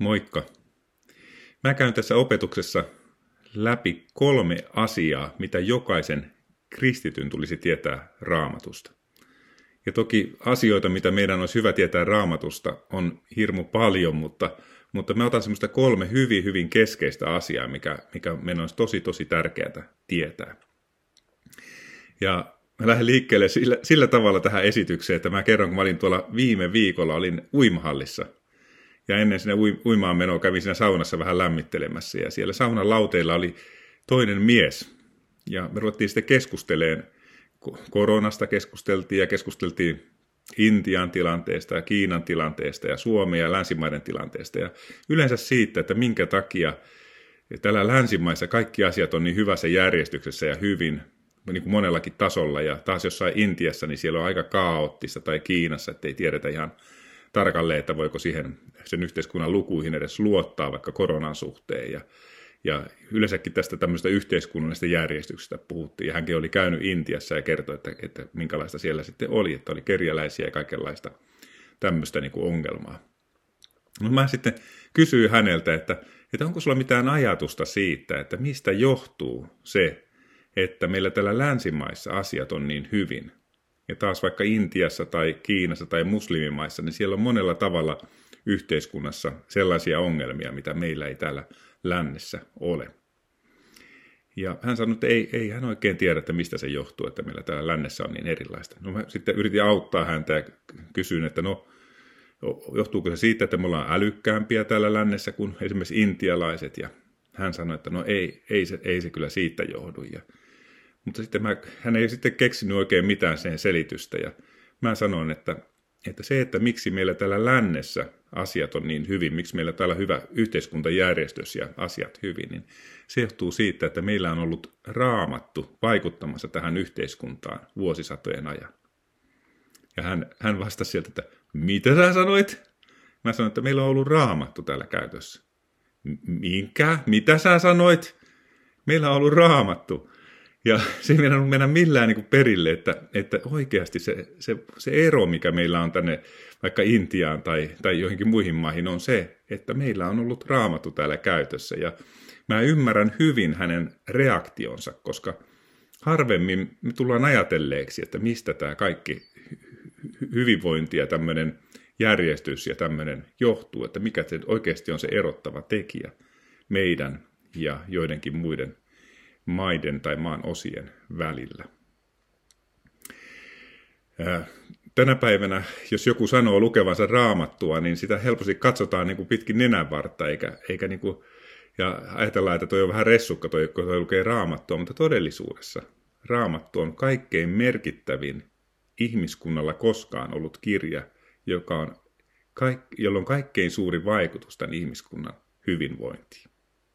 Moikka! Mä käyn tässä opetuksessa läpi 3 asiaa, mitä jokaisen kristityn tulisi tietää Raamatusta. Ja toki asioita, mitä meidän olisi hyvä tietää Raamatusta, on hirmu paljon, mutta mä otan semmoista 3 hyvin keskeistä asiaa, mikä meidän olisi tosi tärkeää tietää. Ja mä lähden liikkeelle sillä tavalla tähän esitykseen, että mä kerron, kun mä olin tuolla viime viikolla, olin uimahallissa. Ja ennen sinne uimaan menoa kävin siinä saunassa vähän lämmittelemässä. Ja siellä saunan lauteilla oli toinen mies. Ja me ruvettiin sitten keskustelemaan. Koronasta keskusteltiin Intian tilanteesta ja Kiinan tilanteesta ja Suomen ja länsimaiden tilanteesta. Ja yleensä siitä, että minkä takia täällä länsimaissa kaikki asiat on niin hyvässä järjestyksessä ja hyvin, niin kuin monellakin tasolla. Ja taas jossain Intiassa, niin siellä on aika kaoottista, tai Kiinassa, ettei tiedetä ihan tarkalleen, että voiko sen yhteiskunnan lukuihin edes luottaa vaikka koronan suhteen. Ja yleensäkin tästä tämmöistä yhteiskunnallisesta järjestyksestä puhuttiin. Ja hänkin oli käynyt Intiassa ja kertoi, että minkälaista siellä sitten oli, että oli kerjäläisiä ja kaikenlaista tämmöistä niin kuin ongelmaa. No mä sitten kysyin häneltä, että onko sulla mitään ajatusta siitä, että mistä johtuu se, että meillä täällä länsimaissa asiat on niin hyvin. Ja taas vaikka Intiassa tai Kiinassa tai muslimimaissa, niin siellä on monella tavalla yhteiskunnassa sellaisia ongelmia, mitä meillä ei täällä lännessä ole. Ja hän sanoi, että ei hän oikein tiedä, että mistä se johtuu, että meillä täällä lännessä on niin erilaista. No mä sitten yritin auttaa häntä ja kysyin, että johtuuko se siitä, että me ollaan älykkäämpiä täällä lännessä kuin esimerkiksi intialaiset. Ja hän sanoi, että ei se kyllä siitä johdu. Mutta sitten hän ei sitten keksinyt oikein mitään sen selitystä. Ja mä sanoin, että se, että miksi meillä täällä lännessä asiat on niin hyvin, miksi meillä täällä hyvä yhteiskuntajärjestys ja asiat hyvin, niin se johtuu siitä, että meillä on ollut Raamattu vaikuttamassa tähän yhteiskuntaan vuosisatojen ajan. Ja hän vastasi sieltä, että mitä sä sanoit? Mä sanoin, että meillä on ollut Raamattu täällä käytössä. Minkä? Mitä sä sanoit? Meillä on ollut Raamattu. Ja se ei mennä millään niin kuin perille, että oikeasti se ero, mikä meillä on tänne vaikka Intiaan tai joihinkin muihin maihin, on se, että meillä on ollut Raamattu täällä käytössä. Ja mä ymmärrän hyvin hänen reaktionsa, koska harvemmin me tullaan ajatelleeksi, että mistä tämä kaikki hyvinvointi ja tämmöinen järjestys ja tämmöinen johtuu, että mikä se oikeasti on se erottava tekijä meidän ja joidenkin muiden maiden tai maan osien välillä. Tänä päivänä, jos joku sanoo lukevansa Raamattua, niin sitä helposti katsotaan niin kuin pitkin nenänvartta, eikä niin kuin, ja ajatellaan, että toi on vähän ressukka, toi lukee Raamattua, mutta todellisuudessa Raamattu on kaikkein merkittävin ihmiskunnalla koskaan ollut kirja, jolla on kaikkein suurin vaikutus tämän ihmiskunnan hyvinvointiin.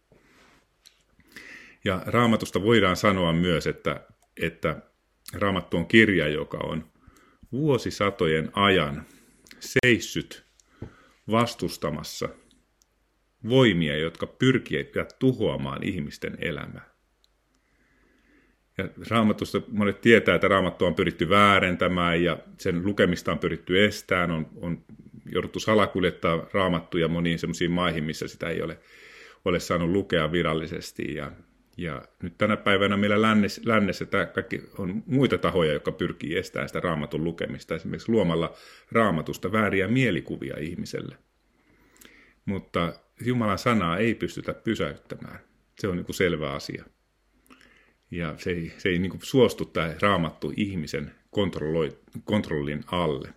Ja Raamatusta voidaan sanoa myös, että Raamattu on kirja, joka on vuosisatojen ajan seissyt vastustamassa voimia, jotka pyrkivät tuhoamaan ihmisten elämää. Ja Raamatusta monet tietää, että Raamattua on pyritty väärentämään ja sen lukemista on pyritty estämään. On jouduttu salakuljettaa Raamattuja moniin sellaisiin maihin, missä sitä ei ole saanut lukea virallisesti. Ja nyt tänä päivänä meillä lännessä tämä kaikki on muita tahoja, jotka pyrkii estämään sitä Raamatun lukemista, esimerkiksi luomalla Raamatusta vääriä mielikuvia ihmiselle. Mutta Jumalan sanaa ei pystytä pysäyttämään. Se on niin kuin selvä asia. Ja se ei niin kuin suostu tämä Raamattu ihmisen kontrollin alle.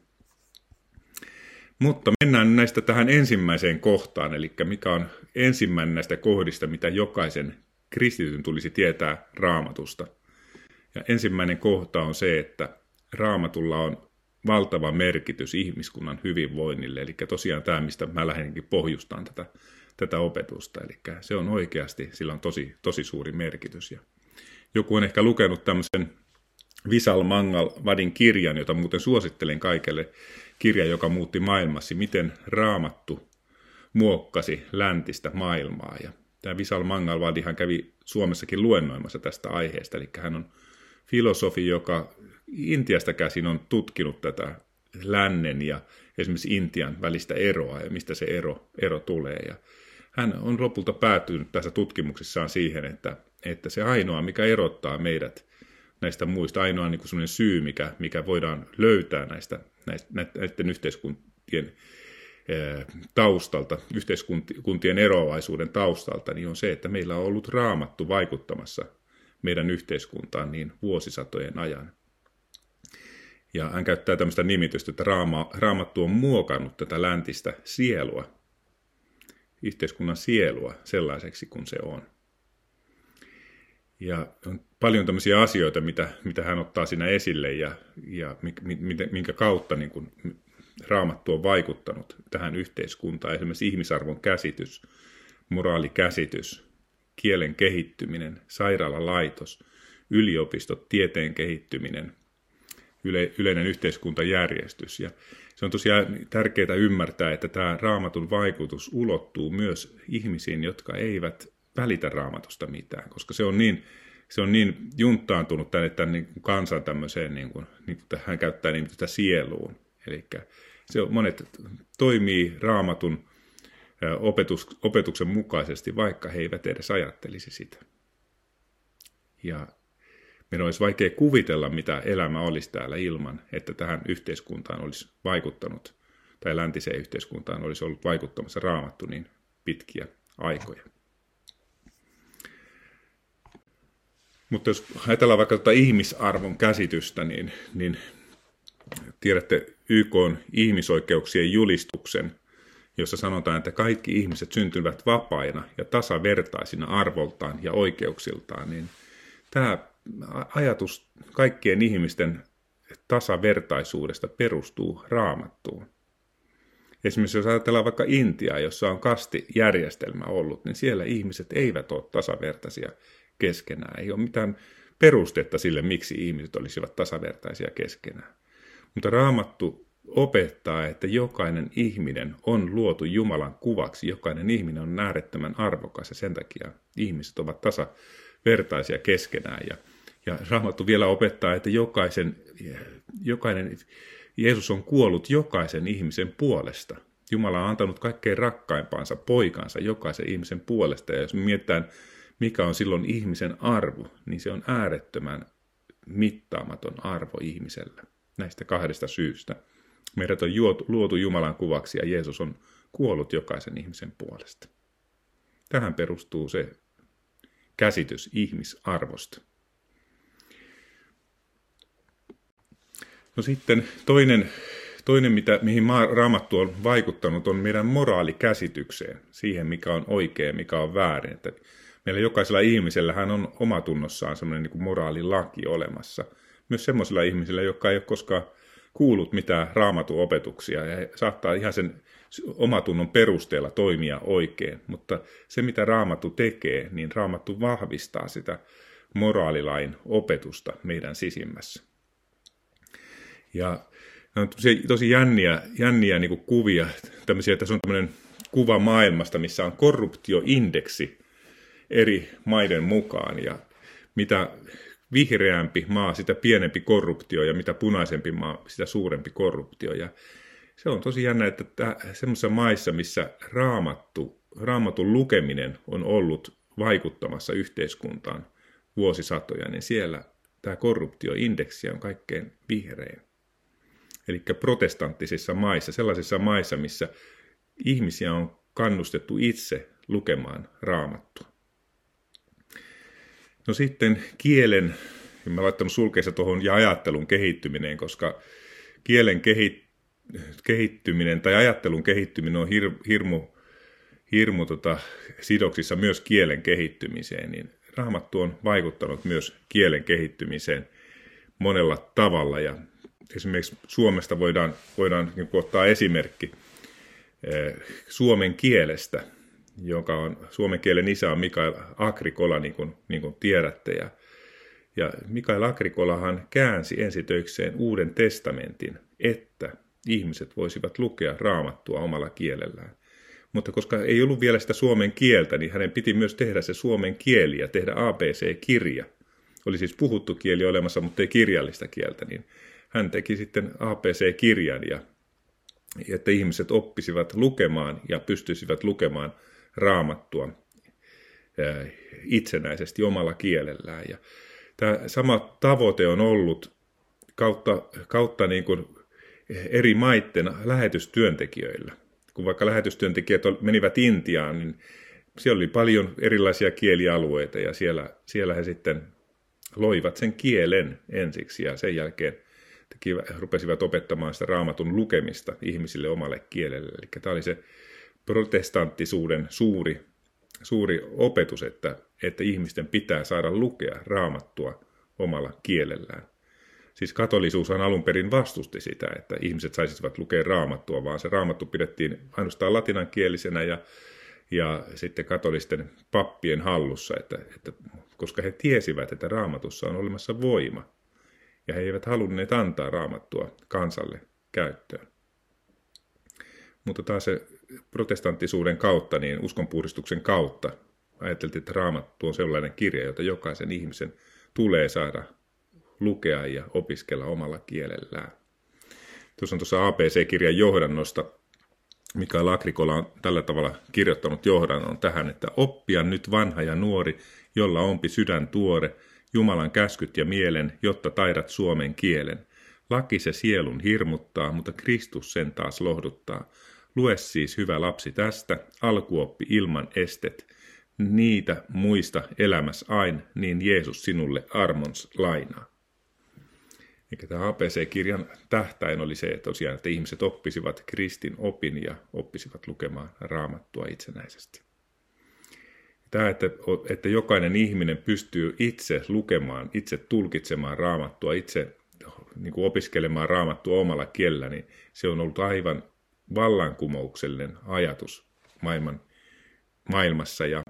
Mutta mennään näistä tähän ensimmäiseen kohtaan, eli mikä on ensimmäinen näistä kohdista, mitä jokaisen kristityn tulisi tietää Raamatusta. Ja ensimmäinen kohta on se, että Raamatulla on valtava merkitys ihmiskunnan hyvinvoinnille. Eli tosiaan tämä, mistä mä lähdenkin pohjustamaan tätä opetusta. Eli se on oikeasti, sillä on tosi suuri merkitys. Ja joku on ehkä lukenut tämmöisen Vishal Mangal Vadin kirjan, jota muuten suosittelen kaikille. Kirja, joka muutti maailmassa, miten Raamattu muokkasi läntistä maailmaa. Ja tämä Vishal Mangal Vadihan kävi Suomessakin luennoimassa tästä aiheesta, eli hän on filosofi, joka Intiasta käsin on tutkinut tätä lännen ja esimerkiksi Intian välistä eroa ja mistä se ero tulee. Ja hän on lopulta päätynyt tässä tutkimuksessaan siihen, että se ainoa, mikä erottaa meidät näistä muista, ainoa niin kuin sellainen syy, mikä voidaan löytää näiden yhteiskuntien taustalta, yhteiskuntien eroavaisuuden taustalta, niin on se, että meillä on ollut Raamattu vaikuttamassa meidän yhteiskuntaan niin vuosisatojen ajan. Ja hän käyttää tämmöistä nimitystä, että Raamattu on muokannut tätä läntistä sielua, yhteiskunnan sielua sellaiseksi kuin se on. Ja on paljon tämmöisiä asioita, mitä hän ottaa siinä esille ja minkä kautta niin kuin Raamattu on vaikuttanut tähän yhteiskuntaan. Esimerkiksi ihmisarvon käsitys, moraalikäsitys, kielen kehittyminen, sairaalalaitos, yliopistot, tieteen kehittyminen, yleinen yhteiskuntajärjestys. Ja se on tosiaan tärkeää ymmärtää, että tämä Raamatun vaikutus ulottuu myös ihmisiin, jotka eivät välitä Raamatusta mitään, koska se on niin junttaantunut tämän niin kuin kansan tämmöiseen, niin kuin hän käyttää nimitystä sieluun. Eli monet toimii Raamatun opetuksen mukaisesti, vaikka he eivät edes ajattelisi sitä. Ja meidän olisi vaikea kuvitella, mitä elämä olisi täällä ilman, että tähän yhteiskuntaan olisi vaikuttanut, tai läntiseen yhteiskuntaan olisi ollut vaikuttamassa Raamattu niin pitkiä aikoja. Mutta jos ajatellaan vaikka ihmisarvon käsitystä, niin tiedätte YK:n ihmisoikeuksien julistuksen, jossa sanotaan, että kaikki ihmiset syntyvät vapaina ja tasavertaisina arvoltaan ja oikeuksiltaan, niin tämä ajatus kaikkien ihmisten tasavertaisuudesta perustuu Raamattuun. Esimerkiksi jos ajatellaan vaikka Intiaa, jossa on kastijärjestelmä ollut, niin siellä ihmiset eivät ole tasavertaisia keskenään. Ei ole mitään perustetta sille, miksi ihmiset olisivat tasavertaisia keskenään. Mutta Raamattu opettaa, että jokainen ihminen on luotu Jumalan kuvaksi. Jokainen ihminen on äärettömän arvokas ja sen takia ihmiset ovat tasavertaisia keskenään. Ja Raamattu vielä opettaa, että Jeesus on kuollut jokaisen ihmisen puolesta. Jumala on antanut kaikkein rakkaimpaansa poikansa jokaisen ihmisen puolesta. Ja jos me mietitään, mikä on silloin ihmisen arvo, niin se on äärettömän mittaamaton arvo ihmisellä. Näistä kahdesta syystä. Meidät on luotu Jumalan kuvaksi ja Jeesus on kuollut jokaisen ihmisen puolesta. Tähän perustuu se käsitys ihmisarvosta. No sitten toinen mihin Raamattu on vaikuttanut, on meidän moraalikäsitykseen, siihen mikä on oikein, mikä on väärin. Että meillä jokaisella ihmisellähän on omatunnossaan semmoinen niin kuin moraalilaki olemassa. Myös semmoisilla ihmisillä, jotka ei ole koskaan kuullut mitään Raamatun opetuksia ja he saattaa ihan sen omatunnon perusteella toimia oikein. Mutta se, mitä Raamattu tekee, niin Raamattu vahvistaa sitä moraalilain opetusta meidän sisimmässä. Ja on tosi jänniä niin kuin kuvia, tämmöisiä, tässä on tämmöinen kuva maailmasta, missä on korruptioindeksi eri maiden mukaan. Ja mitä vihreämpi maa, sitä pienempi korruptio, ja mitä punaisempi maa, sitä suurempi korruptio. Ja se on tosi jännä, että semmoisissa maissa, missä Raamatun lukeminen on ollut vaikuttamassa yhteiskuntaan vuosisatoja, niin siellä tämä korruptioindeksi on kaikkein vihrein. Eli protestanttisissa maissa, sellaisissa maissa, missä ihmisiä on kannustettu itse lukemaan Raamattua. No sitten kielen, mä oon laittanut sulkeissa tuohon, ja ajattelun kehittyminen, koska kielen kehittyminen tai ajattelun kehittyminen on hirmu sidoksissa myös kielen kehittymiseen, niin Raamattu on vaikuttanut myös kielen kehittymiseen monella tavalla, ja esimerkiksi Suomesta voidaan ottaa esimerkki suomen kielestä, joka on suomen kielen isä on Mikael Agricola, niin kuin tiedätte. Ja Mikael Agricolahan käänsi ensitöikseen Uuden testamentin, että ihmiset voisivat lukea Raamattua omalla kielellään. Mutta koska ei ollut vielä sitä suomen kieltä, niin hänen piti myös tehdä se suomen kieli ja tehdä ABC-kirja. Oli siis puhuttu kieli olemassa, mutta ei kirjallista kieltä, niin hän teki sitten ABC-kirjan, ja että ihmiset oppisivat lukemaan ja pystyisivät lukemaan Raamattua itsenäisesti omalla kielellään. Ja tämä sama tavoite on ollut kautta niin kuin eri maiden lähetystyöntekijöillä. Kun vaikka lähetystyöntekijät menivät Intiaan, niin siellä oli paljon erilaisia kielialueita, ja siellä he sitten loivat sen kielen ensiksi, ja sen jälkeen rupesivat opettamaan sitä Raamatun lukemista ihmisille omalle kielelle. Eli tämä oli se protestanttisuuden suuri opetus, että ihmisten pitää saada lukea Raamattua omalla kielellään. Siis katolisuushan alun perin vastusti sitä, että ihmiset saisivat lukea Raamattua, vaan se Raamattu pidettiin ainoastaan latinankielisenä ja sitten katolisten pappien hallussa, koska he tiesivät, että Raamatussa on olemassa voima, ja he eivät halunneet antaa Raamattua kansalle käyttöön. Mutta taas se protestanttisuuden kautta, niin uskonpuhdistuksen kautta, ajateltiin, että Raamattu on sellainen kirja, jota jokaisen ihmisen tulee saada lukea ja opiskella omalla kielellään. Tuossa on tuossa ABC-kirjan johdannosta, Mikael Agrikola on tällä tavalla kirjoittanut johdannon tähän, että oppia nyt vanha ja nuori, jolla onpi sydän tuore, Jumalan käskyt ja mielen, jotta taidat suomen kielen. Laki se sielun hirmuttaa, mutta Kristus sen taas lohduttaa. Lue siis, hyvä lapsi, tästä, alkuoppi ilman estet. Niitä muista elämäs ain, niin Jeesus sinulle armons lainaa. Eikä tämä ABC-kirjan tähtäin oli se, että tosiaan, että ihmiset oppisivat kristin opin ja oppisivat lukemaan Raamattua itsenäisesti. Tämä, että jokainen ihminen pystyy itse lukemaan, itse tulkitsemaan Raamattua, itse niin kuin opiskelemaan Raamattua omalla kielellä, niin se on ollut aivan vallankumouksellinen ajatus maailmassa. Ja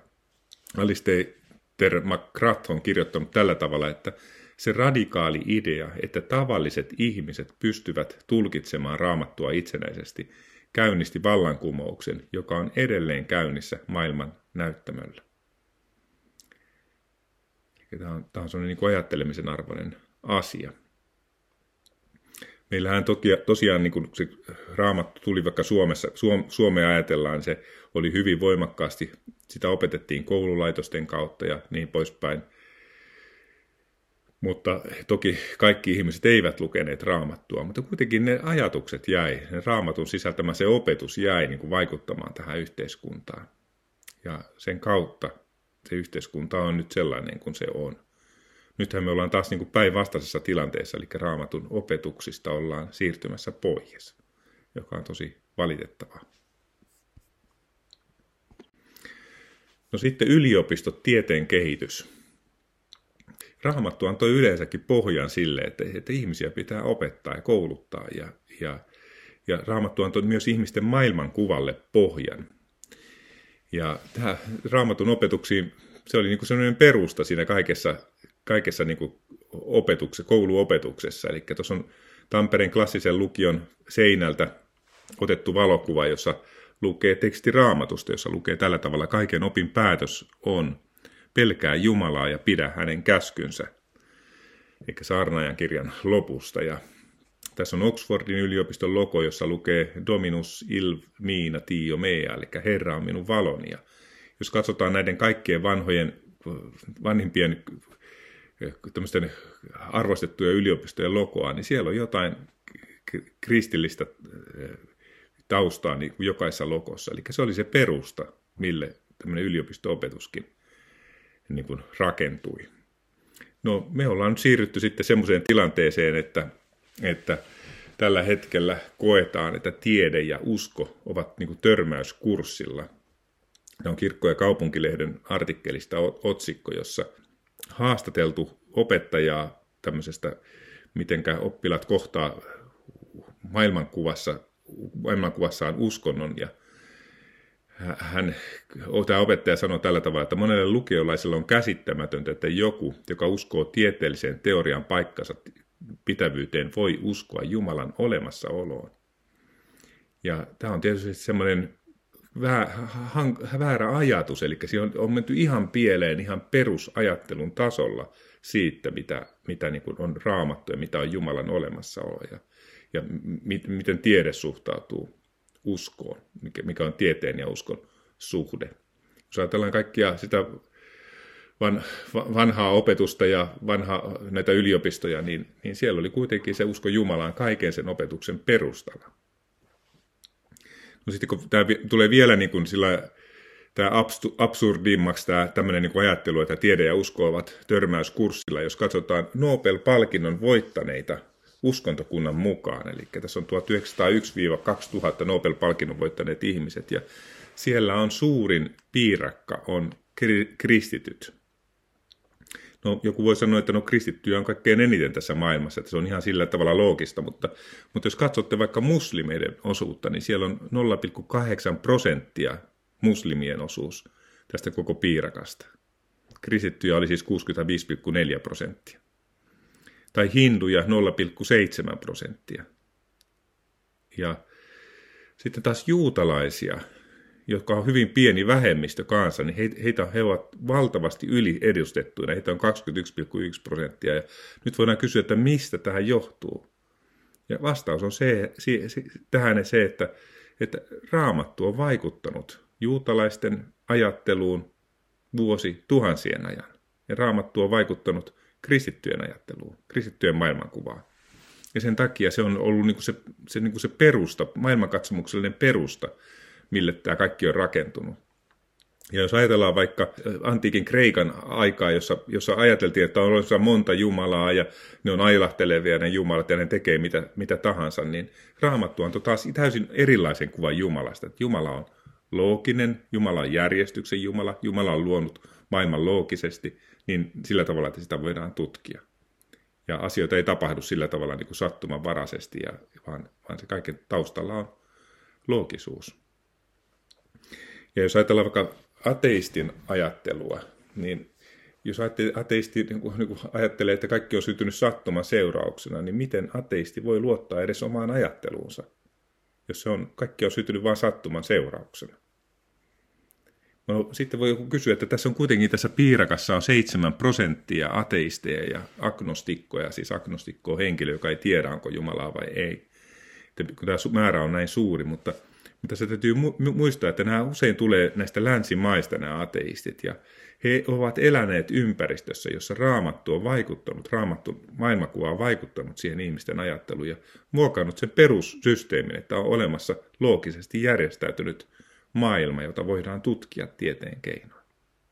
Alistair McGrath on kirjoittanut tällä tavalla, että se radikaali idea, että tavalliset ihmiset pystyvät tulkitsemaan Raamattua itsenäisesti, käynnisti vallankumouksen, joka on edelleen käynnissä maailman näyttämöllä. Tämä on sellainen niin kuin ajattelemisen arvoinen asia. Meillähän tosiaan, niin kuin se Raamattu tuli vaikka Suomea ajatellaan, se oli hyvin voimakkaasti, sitä opetettiin koululaitosten kautta ja niin poispäin. Mutta toki kaikki ihmiset eivät lukeneet Raamattua, mutta kuitenkin ne ajatukset jäi, ne Raamatun sisältämä se opetus jäi niin kuin vaikuttamaan tähän yhteiskuntaan. Ja sen kautta se yhteiskunta on nyt sellainen kuin se on. Nythän me ollaan taas niin kuin päinvastaisessa tilanteessa, eli Raamatun opetuksista ollaan siirtymässä pois, joka on tosi valitettavaa. No sitten yliopistot, tieteen kehitys. Raamattu antoi yleensäkin pohjan sille, että ihmisiä pitää opettaa ja kouluttaa, ja Raamattu antoi myös ihmisten maailmankuvalle pohjan. Ja tähän Raamatun opetuksiin, se oli niin kuin sellainen perusta siinä kaikessa niin kuin kouluopetuksessa. Eli tuossa on Tampereen klassisen lukion seinältä otettu valokuva, jossa lukee teksti Raamatusta, jossa lukee tällä tavalla: kaiken opin päätös on: pelkää Jumalaa ja pidä hänen käskynsä. Eli Saarnaajan kirjan lopusta. Ja tässä on Oxfordin yliopiston logo, jossa lukee Dominus il mina tio mea, eli Herra on minun valoni. Ja jos katsotaan näiden kaikkien vanhimpien tämmöisten arvostettujen yliopistojen logoa, niin siellä on jotain kristillistä taustaa niin kuin jokaisessa logossa. Eli se oli se perusta, mille tämmöinen yliopisto-opetuskin niin kuin rakentui. No, me ollaan nyt siirrytty sitten semmoiseen tilanteeseen, että tällä hetkellä koetaan, että tiede ja usko ovat niin kuin törmäyskurssilla. Ne on Kirkko- ja kaupunkilehden artikkelista otsikko, jossa haastateltu opettajaa tämmöisestä, mitenkä oppilaat kohtaa maailmankuvassaan uskonnon, ja tämä opettaja sanoi tällä tavalla, että monelle lukiolaiselle on käsittämätöntä, että joku, joka uskoo tieteelliseen teorian paikkansa pitävyyteen, voi uskoa Jumalan olemassaoloon. Ja tämä on tietysti semmoinen väärä ajatus, eli siinä on menty ihan pieleen ihan perusajattelun tasolla siitä, mitä niin kuin on Raamattu ja mitä on Jumalan olemassaolo ja miten tiede suhtautuu uskoon, mikä on tieteen ja uskon suhde. Jos ajatellaan kaikkia sitä vanhaa opetusta ja näitä yliopistoja, niin siellä oli kuitenkin se usko Jumalaan kaiken sen opetuksen perustana. No sitten kun tämä tulee vielä niin kuin tämä absurdimmaksi tämä tämmöinen niin kuin ajattelu, että tiede ja usko ovat törmäyskurssilla, jos katsotaan Nobel-palkinnon voittaneita uskontokunnan mukaan. Eli tässä on 1901-2000 Nobel-palkinnon voittaneet ihmiset, ja siellä on suurin piirakka on kristityt. No, joku voi sanoa, että kristittyjä on kaikkein eniten tässä maailmassa, että se on ihan sillä tavalla loogista, mutta jos katsotte vaikka muslimeiden osuutta, niin siellä on 0,8% muslimien osuus tästä koko piirakasta. Kristittyjä oli siis 65,4%. Tai hinduja 0,7%. Ja sitten taas juutalaisia, jotka on hyvin pieni vähemmistö kanssa, niin he ovat valtavasti yliedustettuina. Heitä on 21,1%. Ja nyt voidaan kysyä, että mistä tähän johtuu. Ja vastaus on tähän se, että Raamattu on vaikuttanut juutalaisten ajatteluun vuosi tuhansien ajan. Ja Raamattu on vaikuttanut kristittyjen ajatteluun, kristittyjen maailmankuvaan. Ja sen takia se on ollut se perusta, maailmankatsomuksellinen perusta, mille tämä kaikki on rakentunut. Ja jos ajatellaan vaikka antiikin Kreikan aikaa, jossa ajateltiin, että on olemassa monta Jumalaa ja ne on ailahtelevia ne Jumalat ja ne tekee mitä tahansa, niin Raamattu antoi taas täysin erilaisen kuvan Jumalasta. Että Jumala on looginen, Jumala on järjestyksen Jumala, Jumala on luonut maailman loogisesti, niin sillä tavalla, että sitä voidaan tutkia. Ja asioita ei tapahdu sillä tavalla niin kuin sattumanvaraisesti, vaan se kaiken taustalla on loogisuus. Ja jos ajatellaan vaikka ateistin ajattelua, niin jos ateisti niin kuin ajattelee, että kaikki on syntynyt sattuman seurauksena, niin miten ateisti voi luottaa edes omaan ajatteluunsa, jos kaikki on syntynyt vain sattuman seurauksena? No, sitten voi joku kysyä, että tässä on kuitenkin tässä piirakassa on 7% ateisteja ja agnostikkoja, siis agnostikko on henkilö, joka ei tiedä, onko Jumalaa vai ei. Kun tämä määrä on näin suuri, mutta se täytyy muistaa, että nämä usein tulee näistä länsimaista nämä ateistit, ja he ovat eläneet ympäristössä, jossa Raamattu on vaikuttanut, Raamattu maailmankuva on vaikuttanut siihen ihmisten ajatteluun ja muokannut sen perussysteemin, että on olemassa loogisesti järjestäytynyt maailma, jota voidaan tutkia tieteen keinoin.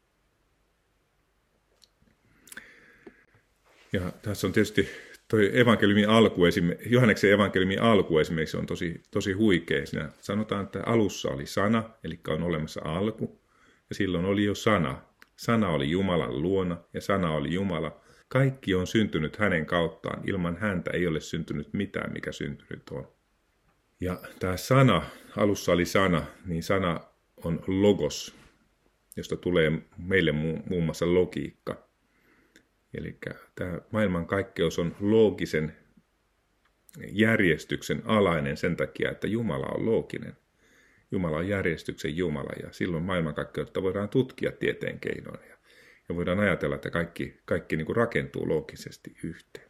Ja tässä on tietysti Johanneksen evankeliumin alku esimerkiksi on tosi huikea. Siinä sanotaan, että alussa oli sana, eli on olemassa alku, ja silloin oli jo sana. Sana oli Jumalan luona, ja sana oli Jumala. Kaikki on syntynyt hänen kauttaan. Ilman häntä ei ole syntynyt mitään, mikä syntynyt on. Ja tämä sana, alussa oli sana, niin sana on logos, josta tulee meille muun muassa logiikka. Eli tämä maailmankaikkeus on loogisen järjestyksen alainen sen takia, että Jumala on looginen. Jumala on järjestyksen Jumala, ja silloin maailmankaikkeutta voidaan tutkia tieteen keinoin. Ja voidaan ajatella, että kaikki niin kuin rakentuu loogisesti yhteen.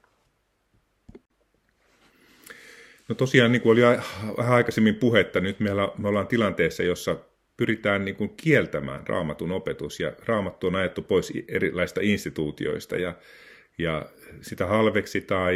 No tosiaan, niin kuin oli vähän aikaisemmin puhetta, nyt me ollaan tilanteessa, jossa pyritään niin kuin kieltämään Raamatun opetus, ja Raamattu on ajettu pois erilaisista instituutioista, ja sitä halveksitaan,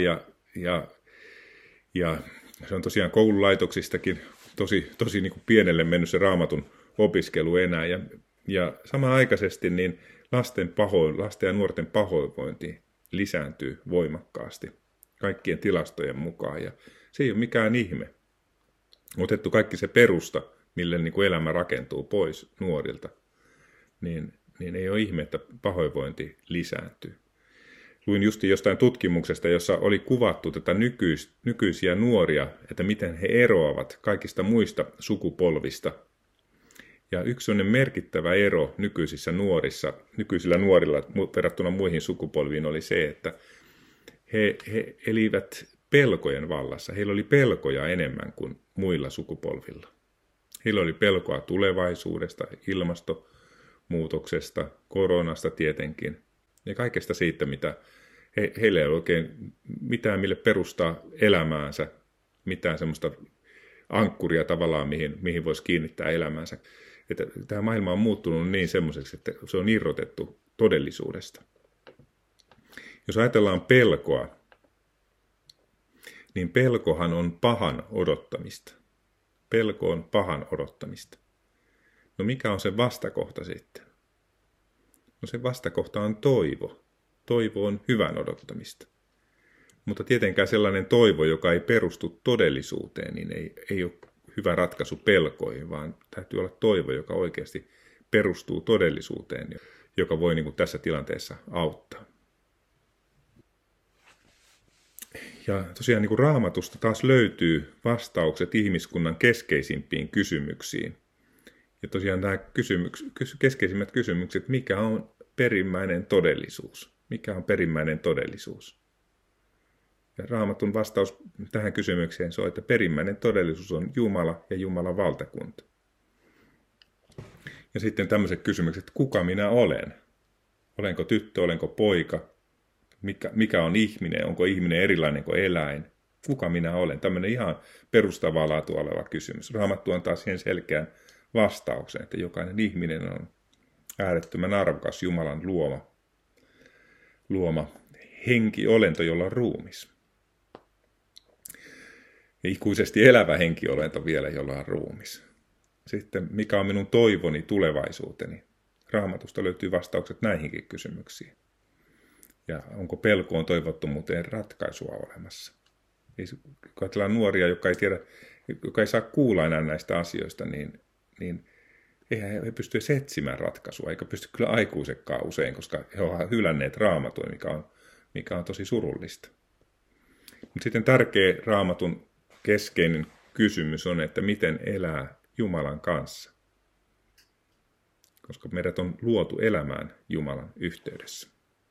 ja se on tosiaan koululaitoksistakin tosi niin kuin pienelle mennyt se Raamatun opiskelu enää, ja samanaikaisesti niin lasten ja nuorten pahoinvointi lisääntyy voimakkaasti kaikkien tilastojen mukaan, ja se ei ole mikään ihme. Otettu kaikki se perusta, mille niin kuin elämä rakentuu pois nuorilta, niin ei ole ihme, että pahoinvointi lisääntyy. Luin justi jostain tutkimuksesta, jossa oli kuvattu tätä nykyisiä nuoria, että miten he eroavat kaikista muista sukupolvista. Ja yksi sellainen merkittävä ero nykyisillä nuorilla verrattuna muihin sukupolviin oli se, että he elivät pelkojen vallassa. Heillä oli pelkoja enemmän kuin muilla sukupolvilla. Heillä oli pelkoa tulevaisuudesta, ilmastonmuutoksesta, koronasta tietenkin ja kaikesta siitä, mitä heillä ei ole oikein mitään, mille perustaa elämäänsä, mitään semmoista ankkuria tavallaan, mihin voisi kiinnittää elämäänsä. Että tämä maailma on muuttunut niin semmoiseksi, että se on irrotettu todellisuudesta. Jos ajatellaan pelkoa, niin pelkohan on pahan odottamista. Pelko on pahan odottamista. No mikä on se vastakohta sitten? No se vastakohta on toivo. Toivo on hyvän odottamista. Mutta tietenkään sellainen toivo, joka ei perustu todellisuuteen, niin ei ole hyvä ratkaisu pelkoihin, vaan täytyy olla toivo, joka oikeasti perustuu todellisuuteen, joka voi niin kuin tässä tilanteessa auttaa. Ja tosiaan niin kuin Raamatusta taas löytyy vastaukset ihmiskunnan keskeisimpiin kysymyksiin. Ja tosiaan nämä keskeisimmät kysymykset, mikä on perimmäinen todellisuus? Mikä on perimmäinen todellisuus? Ja Raamatun vastaus tähän kysymykseen on, että perimmäinen todellisuus on Jumala ja Jumalan valtakunta. Ja sitten tämmöiset kysymykset, kuka minä olen? Olenko tyttö, olenko poika? Mikä on ihminen? Onko ihminen erilainen kuin eläin? Kuka minä olen? Tämmöinen ihan perustavaa laatua oleva kysymys. Raamattu antaa siihen selkeän vastauksen, että jokainen ihminen on äärettömän arvokas Jumalan luoma henkiolento, jolla on ruumis. Ja ikuisesti elävä henkiolento vielä, jolla on ruumis. Sitten, mikä on minun toivoni tulevaisuuteni? Raamatusta löytyy vastaukset näihinkin kysymyksiin. Ja onko pelkoon toivottomuuteen ratkaisua olemassa? Kun ajatellaan nuoria, joka ei saa kuulla enää näistä asioista, niin eihän he pysty etsimään ratkaisua, eikä pysty kyllä aikuisetkaan usein, koska he ovat hylänneet Raamatun, mikä on tosi surullista. Mutta sitten tärkeä Raamatun keskeinen kysymys on, että miten elää Jumalan kanssa. Koska meidät on luotu elämään Jumalan yhteydessä.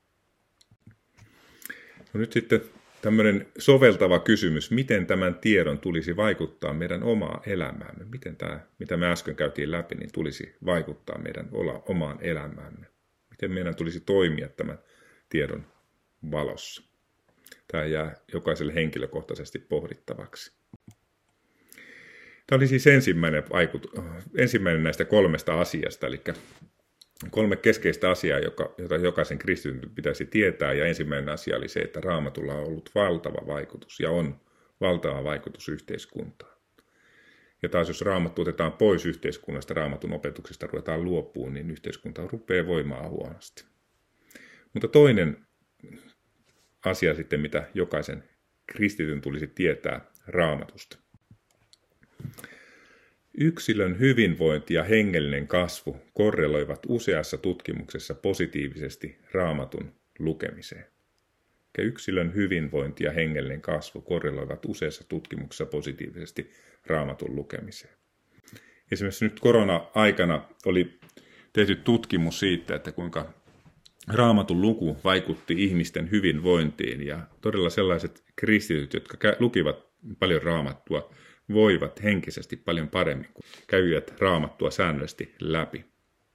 No nyt sitten tämmöinen soveltava kysymys, miten tämän tiedon tulisi vaikuttaa meidän omaan elämäämme. Miten tämä, mitä me äsken käytiin läpi, niin tulisi vaikuttaa meidän omaan elämäämme. Miten meidän tulisi toimia tämän tiedon valossa. Tämä jää jokaiselle henkilökohtaisesti pohdittavaksi. Tämä oli siis ensimmäinen näistä 3 asiasta, eli 3 keskeistä asiaa, jota jokaisen kristityn pitäisi tietää. Ja ensimmäinen asia oli se, että Raamatulla on ollut valtava vaikutus ja on valtava vaikutus yhteiskuntaan. Ja taas jos Raamattu otetaan pois yhteiskunnasta, Raamatun opetuksesta ruvetaan luopuun, niin yhteiskunta rupeaa voimaan huonosti. Mutta toinen asia sitten, mitä jokaisen kristityn tulisi tietää Raamatusta. Yksilön hyvinvointi ja hengellinen kasvu korreloivat useassa tutkimuksessa positiivisesti Raamatun lukemiseen. Yksilön hyvinvointi ja hengellinen kasvu korreloivat useassa tutkimuksessa positiivisesti Raamatun lukemiseen. Esimerkiksi nyt korona-aikana oli tehty tutkimus siitä, että kuinka Raamatun luku vaikutti ihmisten hyvinvointiin, ja todella sellaiset kristityt, jotka lukivat paljon Raamattua, voivat henkisesti paljon paremmin, kun käyvät Raamattua säännöllisesti läpi.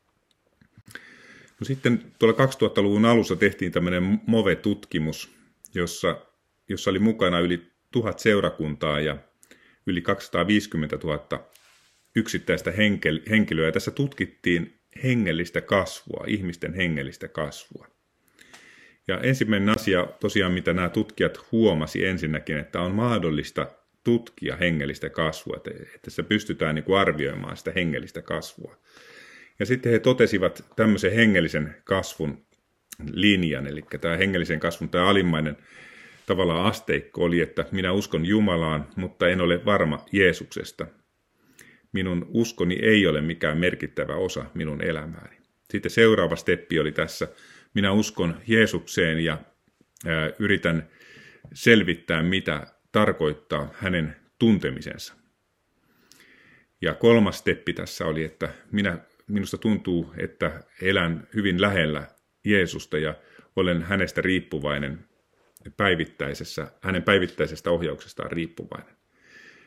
No sitten tuolla 2000-luvun alussa tehtiin tämmöinen MOVE-tutkimus, jossa oli mukana yli 1000 seurakuntaa ja yli 250 000 yksittäistä henkilöä. Ja tässä tutkittiin hengellistä kasvua, ihmisten hengellistä kasvua. Ja ensimmäinen asia tosiaan, mitä nämä tutkijat huomasi ensinnäkin, että on mahdollista tutkia hengellistä kasvua, että se pystytään niin kuin arvioimaan sitä hengellistä kasvua. Ja sitten he totesivat tämmöisen hengellisen kasvun linjan, eli tämä hengellisen kasvun tämä alimmainen tavallaan asteikko oli, että minä uskon Jumalaan, mutta en ole varma Jeesuksesta. Minun uskoni ei ole mikään merkittävä osa minun elämääni. Sitten seuraava steppi oli tässä, minä uskon Jeesukseen ja yritän selvittää, mitä tarkoittaa hänen tuntemisensa. Ja 3. steppi tässä oli, että minusta tuntuu, että elän hyvin lähellä Jeesusta ja olen hänestä riippuvainen hänen päivittäisestä ohjauksestaan riippuvainen.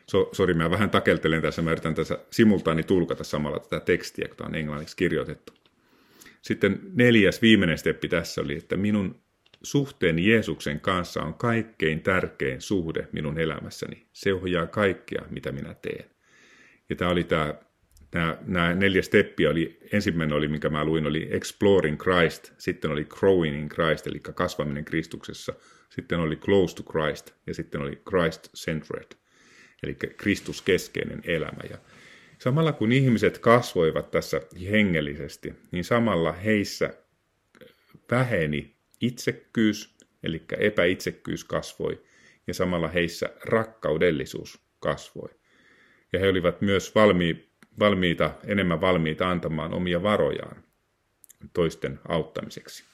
Sori, mä vähän takeltelen tässä, mä yritän tässä simultaani tulkata samalla tätä tekstiä, kun tämä on englanniksi kirjoitettu. Sitten 4. viimeinen steppi tässä oli, että minun suhteeni Jeesuksen kanssa on kaikkein tärkein suhde minun elämässäni. Se ohjaa kaikkea, mitä minä teen. Ja tämä oli nämä 4 steppiä, ensimmäinen oli, minkä mä luin, oli Exploring Christ, sitten oli Growing in Christ, eli kasvaminen Kristuksessa, sitten oli Close to Christ, ja sitten oli Christ-centered, eli Kristuskeskeinen elämä. Ja samalla kun ihmiset kasvoivat tässä hengellisesti, niin samalla heissä väheni itsekkyys, eli epäitsekkyys kasvoi, ja samalla heissä rakkaudellisuus kasvoi. Ja he olivat myös enemmän valmiita antamaan omia varojaan toisten auttamiseksi.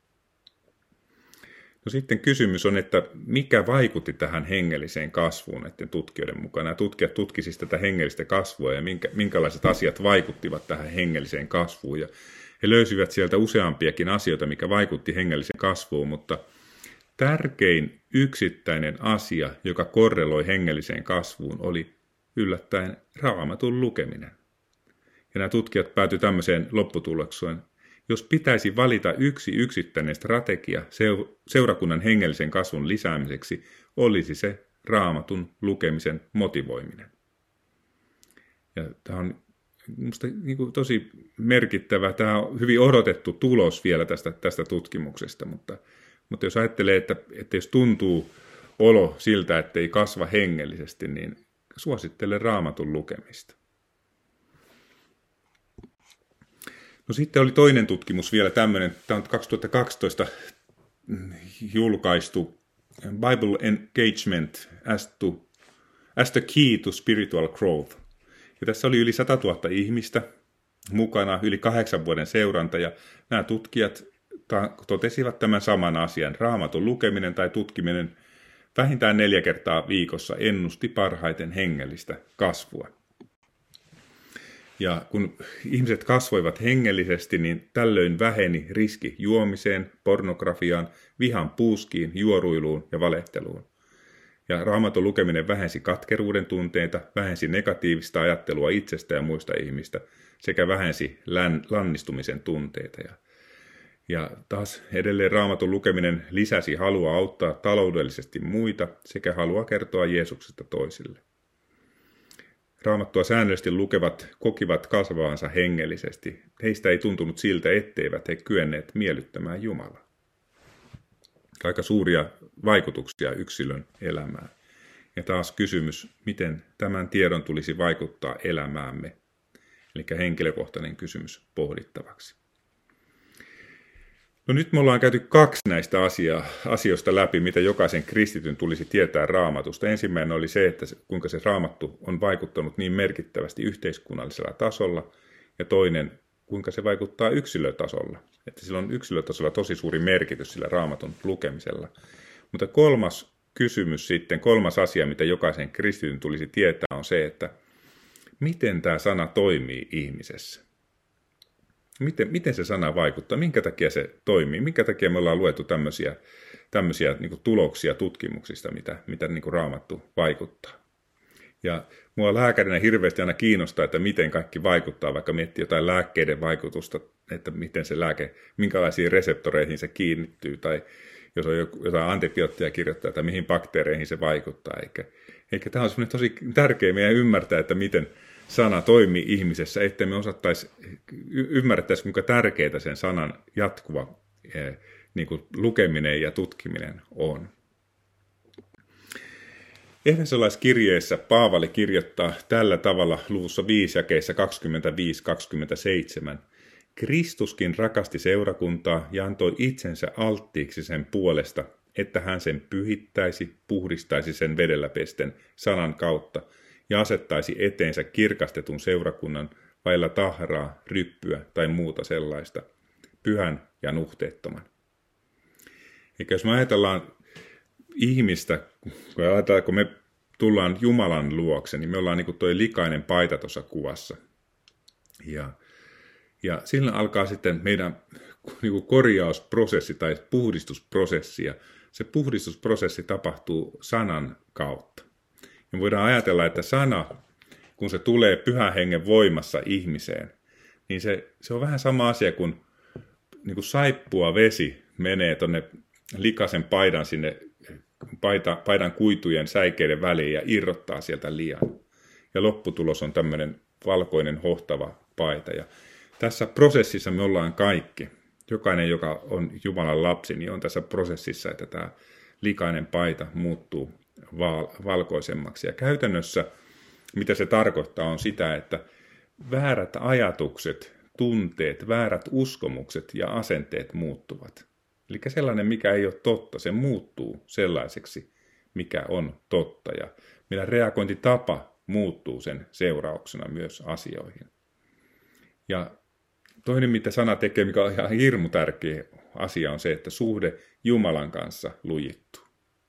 No sitten kysymys on, että mikä vaikutti tähän hengelliseen kasvuun näiden tutkijoiden mukaan? Nämä tutkijat tutkisivat tätä hengellistä kasvua ja minkälaiset asiat vaikuttivat tähän hengelliseen kasvuun. Ja he löysivät sieltä useampiakin asioita, mikä vaikutti hengelliseen kasvuun, mutta tärkein yksittäinen asia, joka korreloi hengelliseen kasvuun, oli yllättäen Raamatun lukeminen. Ja nämä tutkijat päätyivät tämmöiseen lopputulokseen. Jos pitäisi valita yksi yksittäinen strategia seurakunnan hengellisen kasvun lisäämiseksi, olisi se Raamatun lukemisen motivoiminen. Ja tämä on minusta tosi merkittävä, tämä on hyvin odotettu tulos vielä tästä tutkimuksesta, mutta jos ajattelee, että jos tuntuu olo siltä, että ei kasva hengellisesti, niin suosittelen Raamatun lukemista. No sitten oli toinen tutkimus vielä tämmöinen, tämä on 2012 julkaistu Bible Engagement as the Key to Spiritual Growth. Ja tässä oli yli 100 000 ihmistä mukana, yli 8 vuoden seuranta, ja nämä tutkijat totesivat tämän saman asian. Raamatun lukeminen tai tutkiminen vähintään 4 kertaa viikossa ennusti parhaiten hengellistä kasvua. Ja kun ihmiset kasvoivat hengellisesti, niin tällöin väheni riski juomiseen, pornografiaan, vihan puuskiin, juoruiluun ja valehteluun. Ja Raamatun lukeminen vähensi katkeruuden tunteita, vähensi negatiivista ajattelua itsestä ja muista ihmistä, sekä vähensi lannistumisen tunteita. Ja taas edelleen Raamatun lukeminen lisäsi halua auttaa taloudellisesti muita sekä halua kertoa Jeesuksesta toisille. Raamattua säännöllisesti lukevat kokivat kasvavansa hengellisesti. Heistä ei tuntunut siltä, etteivät he kyenneet miellyttämään Jumalaa. Aika suuria vaikutuksia yksilön elämään. Ja taas kysymys, miten tämän tiedon tulisi vaikuttaa elämäämme. Eli henkilökohtainen kysymys pohdittavaksi. No nyt me ollaan käyty 2 näistä asioista läpi, mitä jokaisen kristityn tulisi tietää Raamatusta. Ensimmäinen oli se, että kuinka se Raamattu on vaikuttanut niin merkittävästi yhteiskunnallisella tasolla, ja toinen, kuinka se vaikuttaa yksilötasolla. Että sillä on yksilötasolla tosi suuri merkitys sillä Raamatun lukemisella. Mutta 3. kysymys sitten, 3. asia, mitä jokaisen kristityn tulisi tietää, on se, että miten tämä sana toimii ihmisessä. Miten se sana vaikuttaa? Minkä takia se toimii? Minkä takia me ollaan luettu tämmöisiä niin kuin tuloksia tutkimuksista, mitä niin kuin Raamattu vaikuttaa? Ja mua lääkärinä hirveästi aina kiinnostaa, että miten kaikki vaikuttaa, vaikka miettii jotain lääkkeiden vaikutusta, että miten se lääke, minkälaisiin reseptoreihin se kiinnittyy, tai jos on jotain antibioottia kirjoittaa, että mihin bakteereihin se vaikuttaa. Eikä tämä on semmoinen tosi tärkeä meidän ymmärtää, että miten sana toimii ihmisessä, ettei me ymmärrettäisi, kuinka tärkeää sen sanan jatkuva niin kuin lukeminen ja tutkiminen on. Efesolaiskirjeessä Paavali kirjoittaa tällä tavalla luvussa 5 jakeissa 25-27. Kristuskin rakasti seurakuntaa ja antoi itsensä alttiiksi sen puolesta, että hän sen pyhittäisi, puhdistaisi sen vedellä pesten sanan kautta ja asettaisi eteensä kirkastetun seurakunnan vailla tahraa, ryppyä tai muuta sellaista, pyhän ja nuhteettoman. Eikä jos me ajatellaan ihmistä, kun me tullaan Jumalan luokse, niin me ollaan niin kuin toi likainen paita tuossa kuvassa. Ja silloin alkaa sitten meidän niin kuin korjausprosessi tai puhdistusprosessi. Ja se puhdistusprosessi tapahtuu sanan kautta. Me voidaan ajatella, että sana, kun se tulee Pyhän Hengen voimassa ihmiseen, niin se on vähän sama asia kuin, saippua vesi menee tuonne likaisen paidan sinne paidan kuitujen säikeiden väliin ja irrottaa sieltä lian. Ja lopputulos on tämmöinen valkoinen hohtava paita. Ja tässä prosessissa me ollaan kaikki. Jokainen, joka on Jumalan lapsi, niin on tässä prosessissa, että tämä likainen paita muuttuu valkoisemmaksi. Ja käytännössä, mitä se tarkoittaa, on sitä, että väärät ajatukset, tunteet, väärät uskomukset ja asenteet muuttuvat. Eli sellainen, mikä ei ole totta, se muuttuu sellaiseksi, mikä on totta. Ja meidän reagointitapa muuttuu sen seurauksena myös asioihin. Ja toinen, mitä sana tekee, mikä on ihan hirmu tärkeä asia, on se, että suhde Jumalan kanssa lujittuu.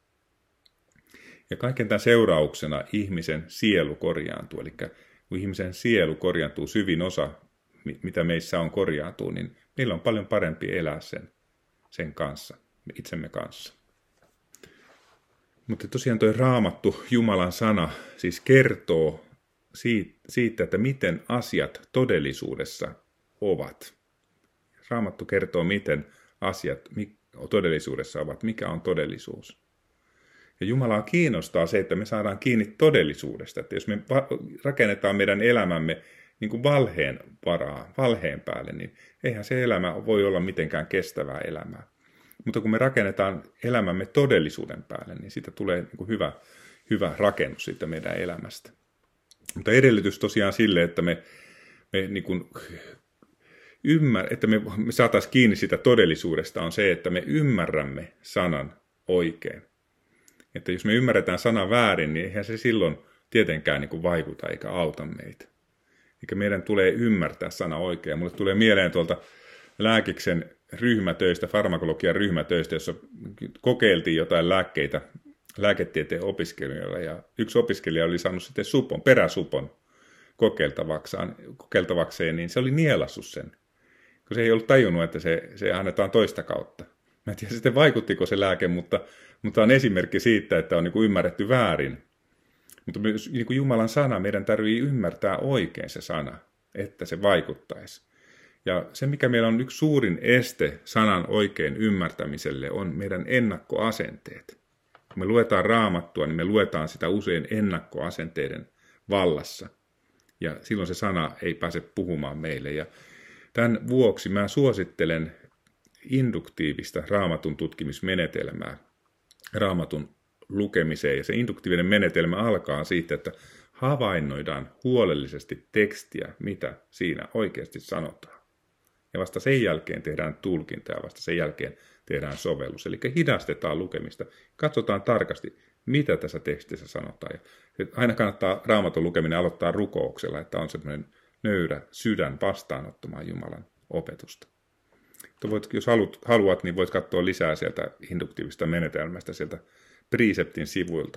Ja kaiken tämän seurauksena ihmisen sielu korjaantuu. Eli kun ihmisen sielu korjaantuu, syvin osa, mitä meissä on korjaantuu, niin meillä on paljon parempi elää sen kanssa, itsemme kanssa. Mutta tosiaan tuo Raamattu, Jumalan sana, siis kertoo siitä, että miten asiat todellisuudessa ovat. Raamattu kertoo, miten asiat todellisuudessa ovat, mikä on todellisuus. Ja Jumalaa kiinnostaa se, että me saadaan kiinni todellisuudesta. Että jos me rakennetaan meidän elämämme niin kuin valheen päälle, niin eihän se elämä voi olla mitenkään kestävää elämää. Mutta kun me rakennetaan elämämme todellisuuden päälle, niin siitä tulee niin kuin hyvä rakennus siitä meidän elämästä. Mutta edellytys tosiaan sille, että me niin kuin että me saataisiin kiinni sitä todellisuudesta, on se, että me ymmärrämme sanan oikein. Että jos me ymmärretään sana väärin, niin eihän se silloin tietenkään niin kuin vaikuta eikä auta meitä. Eli meidän tulee ymmärtää sana oikein. Mulle tulee mieleen tuolta lääkiksen ryhmätöistä, farmakologian ryhmätöistä, jossa kokeiltiin jotain lääkkeitä lääketieteen opiskelijoilla. Ja yksi opiskelija oli saanut sitten peräsupon kokeiltavakseen, niin se oli nielassut sen. Kun se ei ollut tajunnut, että se annetaan toista kautta. Mä en tiedä sitten vaikuttiko se lääke, mutta on esimerkki siitä, että on niin kuin ymmärretty väärin. Mutta myös niin kuin Jumalan sana, meidän tarvitsee ymmärtää oikein se sana, että se vaikuttaisi. Ja se, mikä meillä on yksi suurin este sanan oikein ymmärtämiselle, on meidän ennakkoasenteet. Kun me luetaan Raamattua, niin me luetaan sitä usein ennakkoasenteiden vallassa. Ja silloin se sana ei pääse puhumaan meille. Ja tämän vuoksi mä suosittelen induktiivista Raamatun tutkimismenetelmää Raamatun lukemiseen. Ja se induktiivinen menetelmä alkaa siitä, että havainnoidaan huolellisesti tekstiä, mitä siinä oikeasti sanotaan. Ja vasta sen jälkeen tehdään tulkinta ja vasta sen jälkeen tehdään sovellus. Eli hidastetaan lukemista. Katsotaan tarkasti, mitä tässä tekstissä sanotaan. Ja aina kannattaa Raamatun lukeminen aloittaa rukouksella, että on semmoinen nöyrä sydän vastaanottamaan Jumalan opetusta. Jos haluat, niin voit katsoa lisää sieltä induktiivista menetelmästä, sieltä Preceptin sivuilta.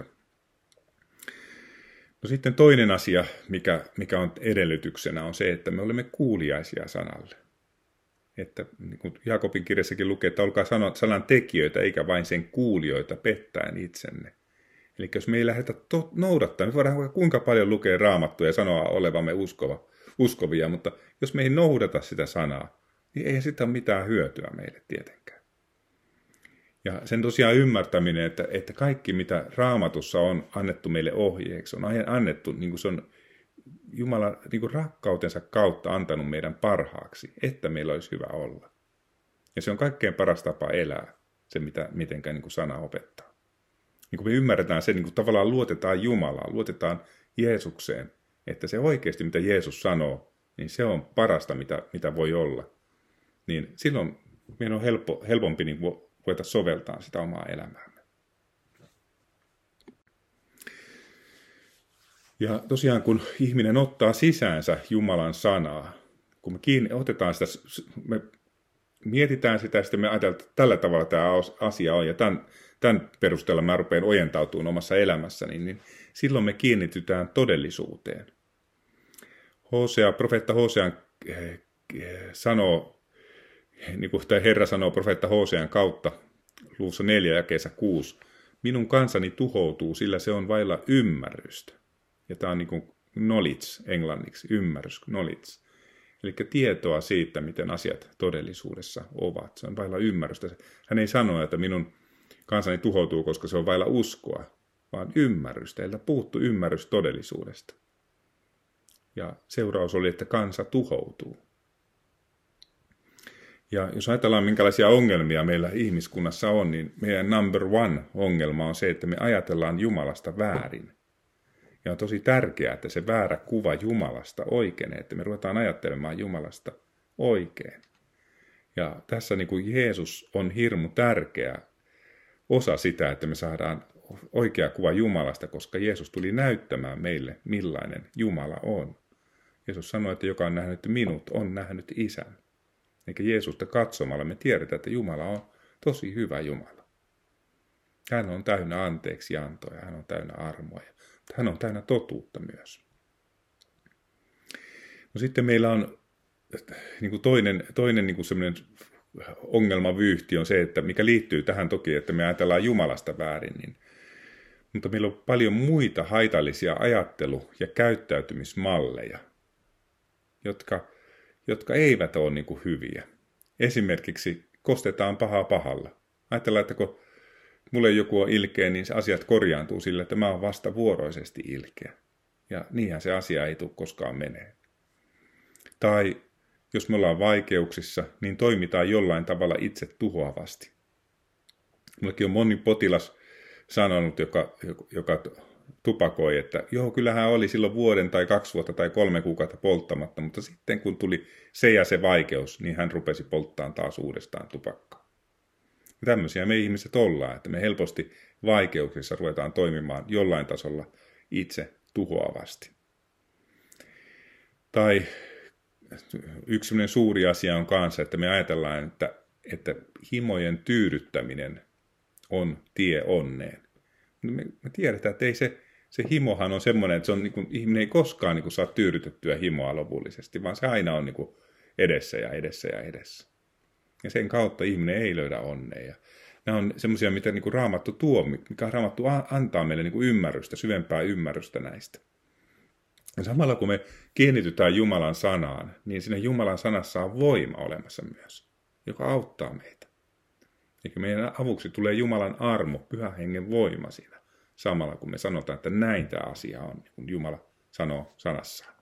No sitten toinen asia, mikä on edellytyksenä, on se, että me olemme kuuliaisia sanalle. Että niin kuin Jaakobin kirjassakin lukee, että olkaa sanan tekijöitä eikä vain sen kuulijoita pettäen itsenne. Eli jos me ei lähdetä noudattaa, me voidaan kuinka paljon lukea Raamattua ja sanoa olevamme uskovia, mutta jos me ei noudata sitä sanaa, niin ei sitä ole mitään hyötyä meille tietenkään. Ja sen tosiaan ymmärtäminen, että kaikki mitä Raamatussa on annettu meille ohjeeksi, on annettu, niin kuin se on Jumala niin kuin rakkautensa kautta antanut meidän parhaaksi, että meillä olisi hyvä olla. Ja se on kaikkein paras tapa elää, se mitenkään niin kuin sana opettaa. Niin kun me ymmärretään se, niin kuin tavallaan luotetaan Jumalaan, luotetaan Jeesukseen, että se oikeasti mitä Jeesus sanoo, niin se on parasta mitä voi olla. Niin silloin meidän on helpompi niin ruveta soveltaa sitä omaa elämäämme. Ja tosiaan kun ihminen ottaa sisäänsä Jumalan sanaa, kun me otetaan sitä, me mietitään sitä ja sitten me ajatellaan, että tällä tavalla tämä asia on ja tämän perusteella mä rupean ojentautumaan omassa elämässäni, niin silloin me kiinnitytään todellisuuteen. Profeetta Hosea sanoo, niin kuin tämä Herra sanoo profeetta Hosean kautta, luvussa 4 jakeessa 6, minun kansani tuhoutuu, sillä se on vailla ymmärrystä. Ja tämä on niin kuin knowledge englanniksi, ymmärrys, knowledge. Eli tietoa siitä, miten asiat todellisuudessa ovat. Se on vailla ymmärrystä. Hän ei sano, että minun kansani tuhoutuu, koska se on vailla uskoa, vaan ymmärrystä. Heiltä puuttuu ymmärrys todellisuudesta. Ja seuraus oli, että kansa tuhoutuu. Ja jos ajatellaan, minkälaisia ongelmia meillä ihmiskunnassa on, niin meidän number one ongelma on se, että me ajatellaan Jumalasta väärin. Ja on tosi tärkeää, että se väärä kuva Jumalasta oikeenee, että me ruvetaan ajattelemaan Jumalasta oikein. Ja tässä niin kuin Jeesus on hirmu tärkeä osa sitä, että me saadaan oikea kuva Jumalasta, koska Jeesus tuli näyttämään meille, millainen Jumala on. Jeesus sanoi, että joka on nähnyt minut, on nähnyt Isän. Eikä Jeesusta katsomalla me tiedetään, että Jumala on tosi hyvä Jumala. Hän on täynnä anteeksiantoa ja hän on täynnä armoa. Hän on täynnä totuutta myös. No sitten meillä on niin kuin toinen niin kuin sellainen ongelmavyyhti on se, että mikä liittyy tähän toki, että me ajatellaan Jumalasta väärin. Mutta meillä on paljon muita haitallisia ajattelu- ja käyttäytymismalleja, jotka eivät ole niin kuin hyviä. Esimerkiksi kostetaan pahaa pahalla. Ajatellaan, että kun mulle joku on ilkeä, niin se asiat korjaantuu sillä, että mä oon vastavuoroisesti ilkeä. Ja niinhän se asia ei tule koskaan menee. Tai jos me ollaan vaikeuksissa, niin toimitaan jollain tavalla itse tuhoavasti. Mullekin on moni potilas sanonut, joka tupakoi, että joo, kyllähän oli silloin vuoden tai 2 vuotta tai 3 kuukautta polttamatta, mutta sitten kun tuli se ja se vaikeus, niin hän rupesi polttamaan taas uudestaan tupakkaa. Ja tämmöisiä me ihmiset ollaan, että me helposti vaikeuksissa ruvetaan toimimaan jollain tasolla itse tuhoavasti. Tai yksi sellainen suuri asia on kanssa, että me ajatellaan, että himojen tyydyttäminen on tie onneen. Me tiedetään, että ei se himohan on semmoinen, että se on niin kuin, ihminen ei koskaan niin kuin, saa tyydytettyä himoa lopullisesti, vaan se aina on niin kuin, edessä ja edessä ja edessä. Ja sen kautta ihminen ei löydä onnea. Nämä on semmoisia, mitä niin kuin Raamattu tuo, mikä Raamattu antaa meille niin kuin ymmärrystä, syvempää ymmärrystä näistä. Ja samalla kun me kiinnitytään Jumalan sanaan, niin siinä Jumalan sanassa on voima olemassa myös, joka auttaa meitä. Eikä meidän avuksi tulee Jumalan armo, Pyhän Hengen voima siinä, samalla kun me sanotaan, että näin tämä asia on, kun Jumala sanoo sanassaan.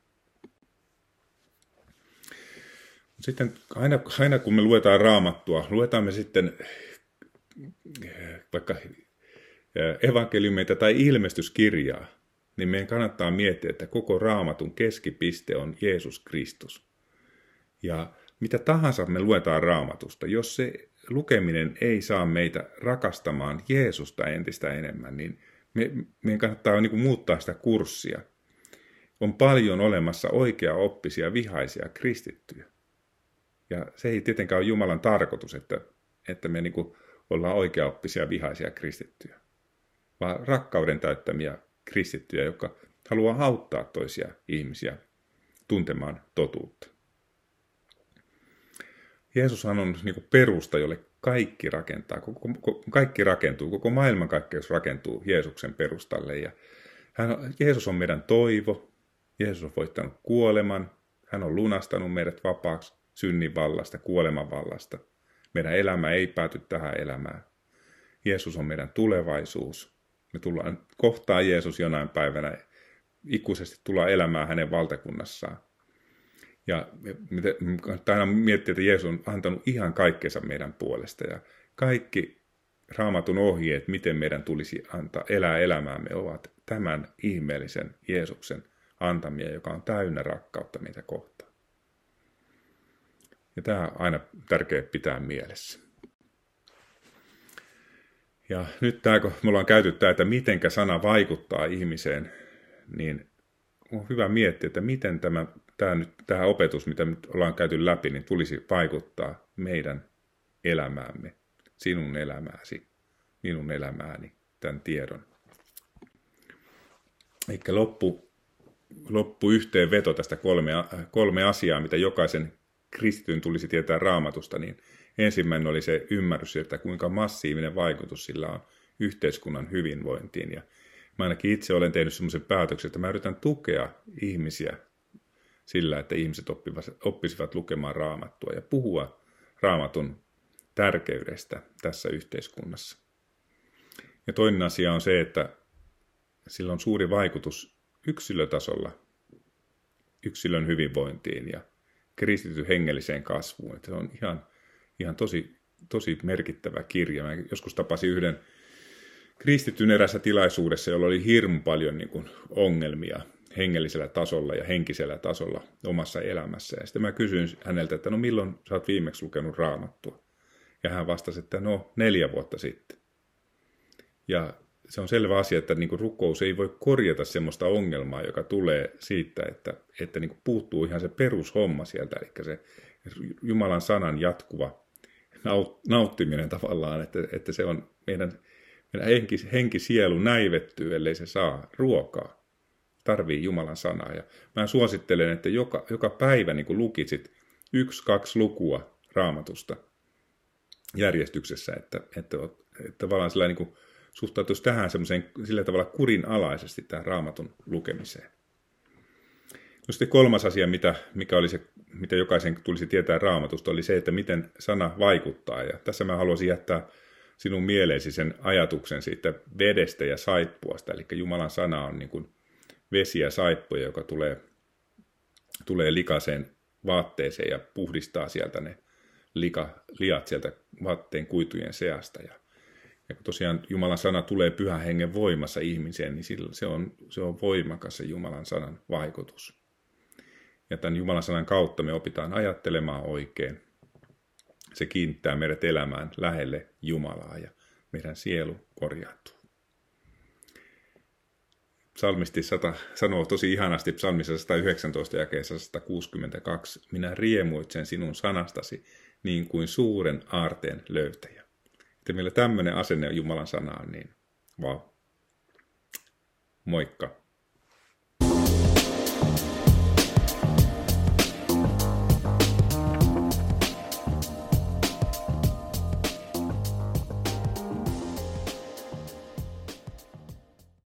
Sitten aina kun me luetaan Raamattua, luetaan me sitten vaikka evankeliumeita tai ilmestyskirjaa, niin meidän kannattaa miettiä, että koko Raamatun keskipiste on Jeesus Kristus. Ja mitä tahansa me luetaan Raamatusta, jos se lukeminen ei saa meitä rakastamaan Jeesusta entistä enemmän, niin meidän kannattaa niin kuin muuttaa sitä kurssia. On paljon olemassa oikeaoppisia, vihaisia kristittyjä. Ja se ei tietenkään ole Jumalan tarkoitus, että me niin kuin ollaan oikeaoppisia, vihaisia kristittyjä, vaan rakkauden täyttämiä kristittyjä, jotka haluaa auttaa toisia ihmisiä tuntemaan totuutta. Jeesushan on niin kuin perusta, jolle kaikki rakentuu, koko maailmankaikkeus rakentuu Jeesuksen perustalle. Ja Jeesus on meidän toivo, Jeesus on voittanut kuoleman, hän on lunastanut meidät vapaaksi synnin vallasta, kuoleman vallasta. Meidän elämä ei pääty tähän elämään. Jeesus on meidän tulevaisuus. Me tullaan kohtaa Jeesus jonain päivänä, ikuisesti tullaan elämään hänen valtakunnassaan. Ja me aina miettiä, että Jeesus on antanut ihan kaikkensa meidän puolesta. Ja kaikki Raamatun ohjeet, miten meidän tulisi elää elämäämme, ovat tämän ihmeellisen Jeesuksen antamia, joka on täynnä rakkautta meitä kohtaan. Ja tämä on aina tärkeää pitää mielessä. Ja nyt kun me ollaan käyty tämä, että mitenkä sana vaikuttaa ihmiseen, niin on hyvä miettiä, että miten tämä opetus, mitä nyt ollaan käyty läpi, niin tulisi vaikuttaa meidän elämäämme, sinun elämääsi, minun elämääni, tämän tiedon. Eikä loppu yhteenveto tästä 3 asiaa, mitä jokaisen kristityn tulisi tietää Raamatusta, niin ensimmäinen oli se ymmärrys, että kuinka massiivinen vaikutus sillä on yhteiskunnan hyvinvointiin. Ja mä ainakin itse olen tehnyt semmoisen päätöksen, että mä yritän tukea ihmisiä sillä, että ihmiset oppisivat lukemaan Raamattua ja puhua Raamatun tärkeydestä tässä yhteiskunnassa. Ja toinen asia on se, että sillä on suuri vaikutus yksilötasolla yksilön hyvinvointiin ja kristityn hengelliseen kasvuun. Että se on ihan tosi merkittävä kirja. Mä joskus tapasin yhden kristityn erässä tilaisuudessa, jolla oli hirmu paljon niin kuin ongelmia hengellisellä tasolla ja henkisellä tasolla omassa elämässä. Ja sitten mä kysyin häneltä, että no milloin sä oot viimeksi lukenut Raamattua? Ja hän vastasi, että 4 vuotta sitten. Ja se on selvä asia, että niin kuin rukous ei voi korjata semmoista ongelmaa, joka tulee siitä, että niin kuin puuttuu ihan se perushomma sieltä, eli se Jumalan sanan jatkuva nauttiminen tavallaan, että se on meidän henki sielu näivettyy, ellei se saa ruokaa. Tarvii Jumalan sanaa. Ja mä suosittelen, että joka päivä niin kuin lukisit 1-2 lukua Raamatusta järjestyksessä, että tavallaan sillä niin kuin suhtautuisi tähän semmoiseen sillä tavalla kurinalaisesti tähän Raamatun lukemiseen. No sitten 3. asia, mitä jokaisen tulisi tietää Raamatusta, oli se, että miten sana vaikuttaa. Ja tässä mä haluaisin jättää sinun mieleesi sen ajatuksen siitä vedestä ja saippuasta. Eli Jumalan sana on niin kuin vesi ja saippuja, joka tulee likaiseen vaatteeseen ja puhdistaa sieltä ne liat sieltä vaatteen kuitujen seasta. Ja kun tosiaan Jumalan sana tulee Pyhän Hengen voimassa ihmiseen, niin se on voimakas se Jumalan sanan vaikutus. Ja tämän Jumalan sanan kautta me opitaan ajattelemaan oikein. Se kiinnittää meidät elämään lähelle Jumalaa ja meidän sielu korjaantuu. Psalmisti sanoo tosi ihanasti psalmissa 119 jakeessa 162. Minä riemuitsen sinun sanastasi niin kuin suuren aarteen löytäjä. Että meillä tämmöinen asenne Jumalan sanaan, niin vau. Moikka.